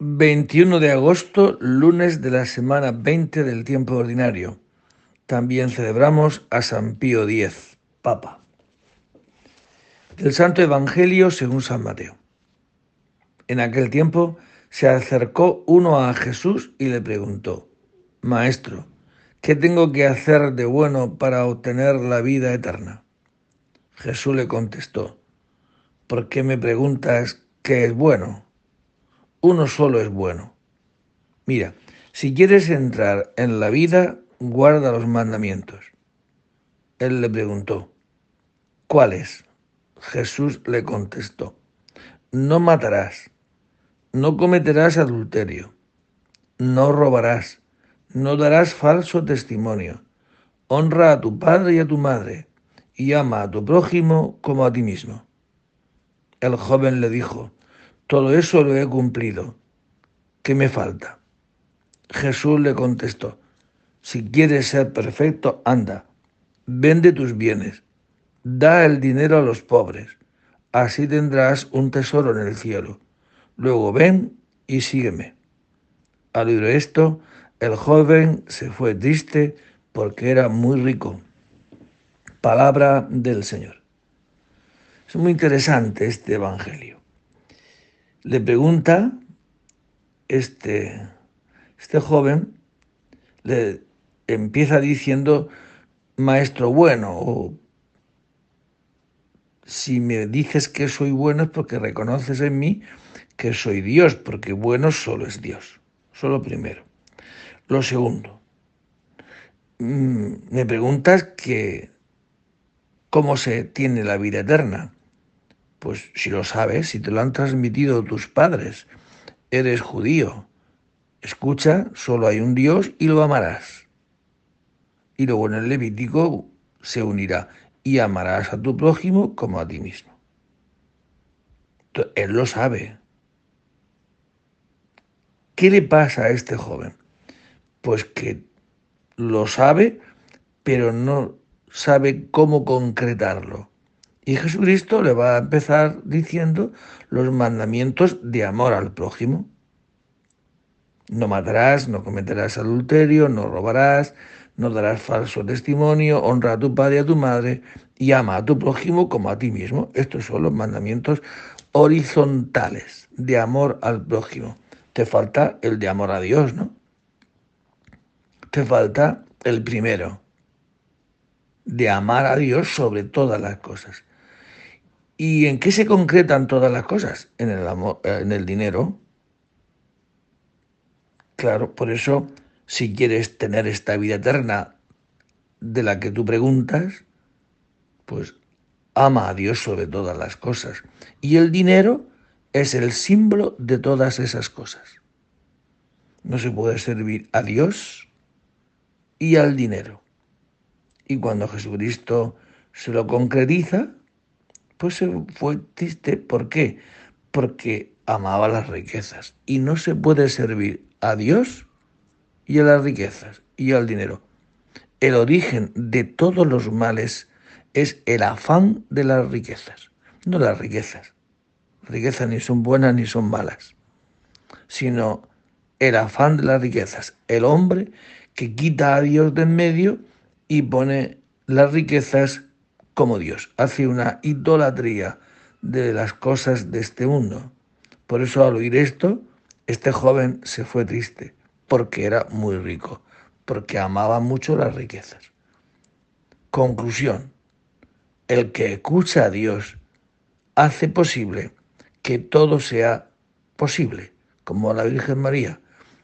21 de agosto, lunes de la semana 20 del tiempo ordinario. También celebramos a San Pío X, Papa. Del Santo Evangelio según San Mateo. En aquel tiempo se acercó uno a Jesús y le preguntó: Maestro, ¿qué tengo que hacer de bueno para obtener la vida eterna? Jesús le contestó: ¿por qué me preguntas qué es bueno? Uno solo es bueno. Mira, si quieres entrar en la vida, guarda los mandamientos. Él le preguntó: ¿cuáles? Jesús le contestó: no matarás, no cometerás adulterio, no robarás, no darás falso testimonio, honra a tu padre y a tu madre, y ama a tu prójimo como a ti mismo. El joven le dijo: todo eso lo he cumplido. ¿Qué me falta? Jesús le contestó: si quieres ser perfecto, anda, vende tus bienes, da el dinero a los pobres, así tendrás un tesoro en el cielo. Luego ven y sígueme. Al oír esto, el joven se fue triste porque era muy rico. Palabra del Señor. Es muy interesante este evangelio. Le pregunta este joven, le empieza diciendo maestro bueno, o si me dices que soy bueno es porque reconoces en mí que soy Dios, porque bueno solo es Dios. Eso es lo primero. Lo segundo, me preguntas que cómo se tiene la vida eterna. Pues si lo sabes, si te lo han transmitido tus padres, eres judío. Escucha, solo hay un Dios y lo amarás. Y luego en el Levítico se unirá: y amarás a tu prójimo como a ti mismo. Entonces, él lo sabe. ¿Qué le pasa a este joven? Pues que lo sabe, pero no sabe cómo concretarlo. Y Jesucristo le va a empezar diciendo los mandamientos de amor al prójimo. No matarás, no cometerás adulterio, no robarás, no darás falso testimonio, honra a tu padre y a tu madre, y ama a tu prójimo como a ti mismo. Estos son los mandamientos horizontales de amor al prójimo. Te falta el de amor a Dios, ¿no? Te falta el primero, de amar a Dios sobre todas las cosas. ¿Y en qué se concretan todas las cosas? En el amor, en el dinero. Claro, por eso, si quieres tener esta vida eterna de la que tú preguntas, pues ama a Dios sobre todas las cosas. Y el dinero es el símbolo de todas esas cosas. No se puede servir a Dios y al dinero. Y cuando Jesucristo se lo concretiza, pues se fue triste. ¿Por qué? Porque amaba las riquezas. Y no se puede servir a Dios y a las riquezas y al dinero. El origen de todos los males es el afán de las riquezas, no las riquezas. Riquezas ni son buenas ni son malas, sino el afán de las riquezas. El hombre que quita a Dios de en medio y pone las riquezas como Dios. Hace una idolatría de las cosas de este mundo. Por eso al oír esto, este joven se fue triste, porque era muy rico, porque amaba mucho las riquezas. Conclusión: el que escucha a Dios hace posible que todo sea posible, como la Virgen María.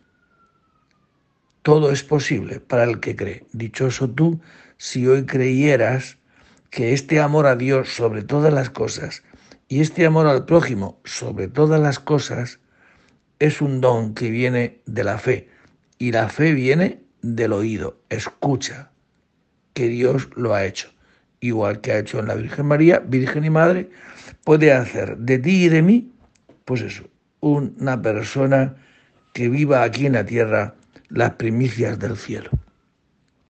Todo es posible para el que cree. Dichoso tú si hoy creyeras que este amor a Dios sobre todas las cosas y este amor al prójimo sobre todas las cosas es un don que viene de la fe, y la fe viene del oído. Escucha que Dios lo ha hecho. Igual que ha hecho en la Virgen María, Virgen y Madre, puede hacer de ti y de mí, pues eso, una persona que viva aquí en la tierra las primicias del cielo.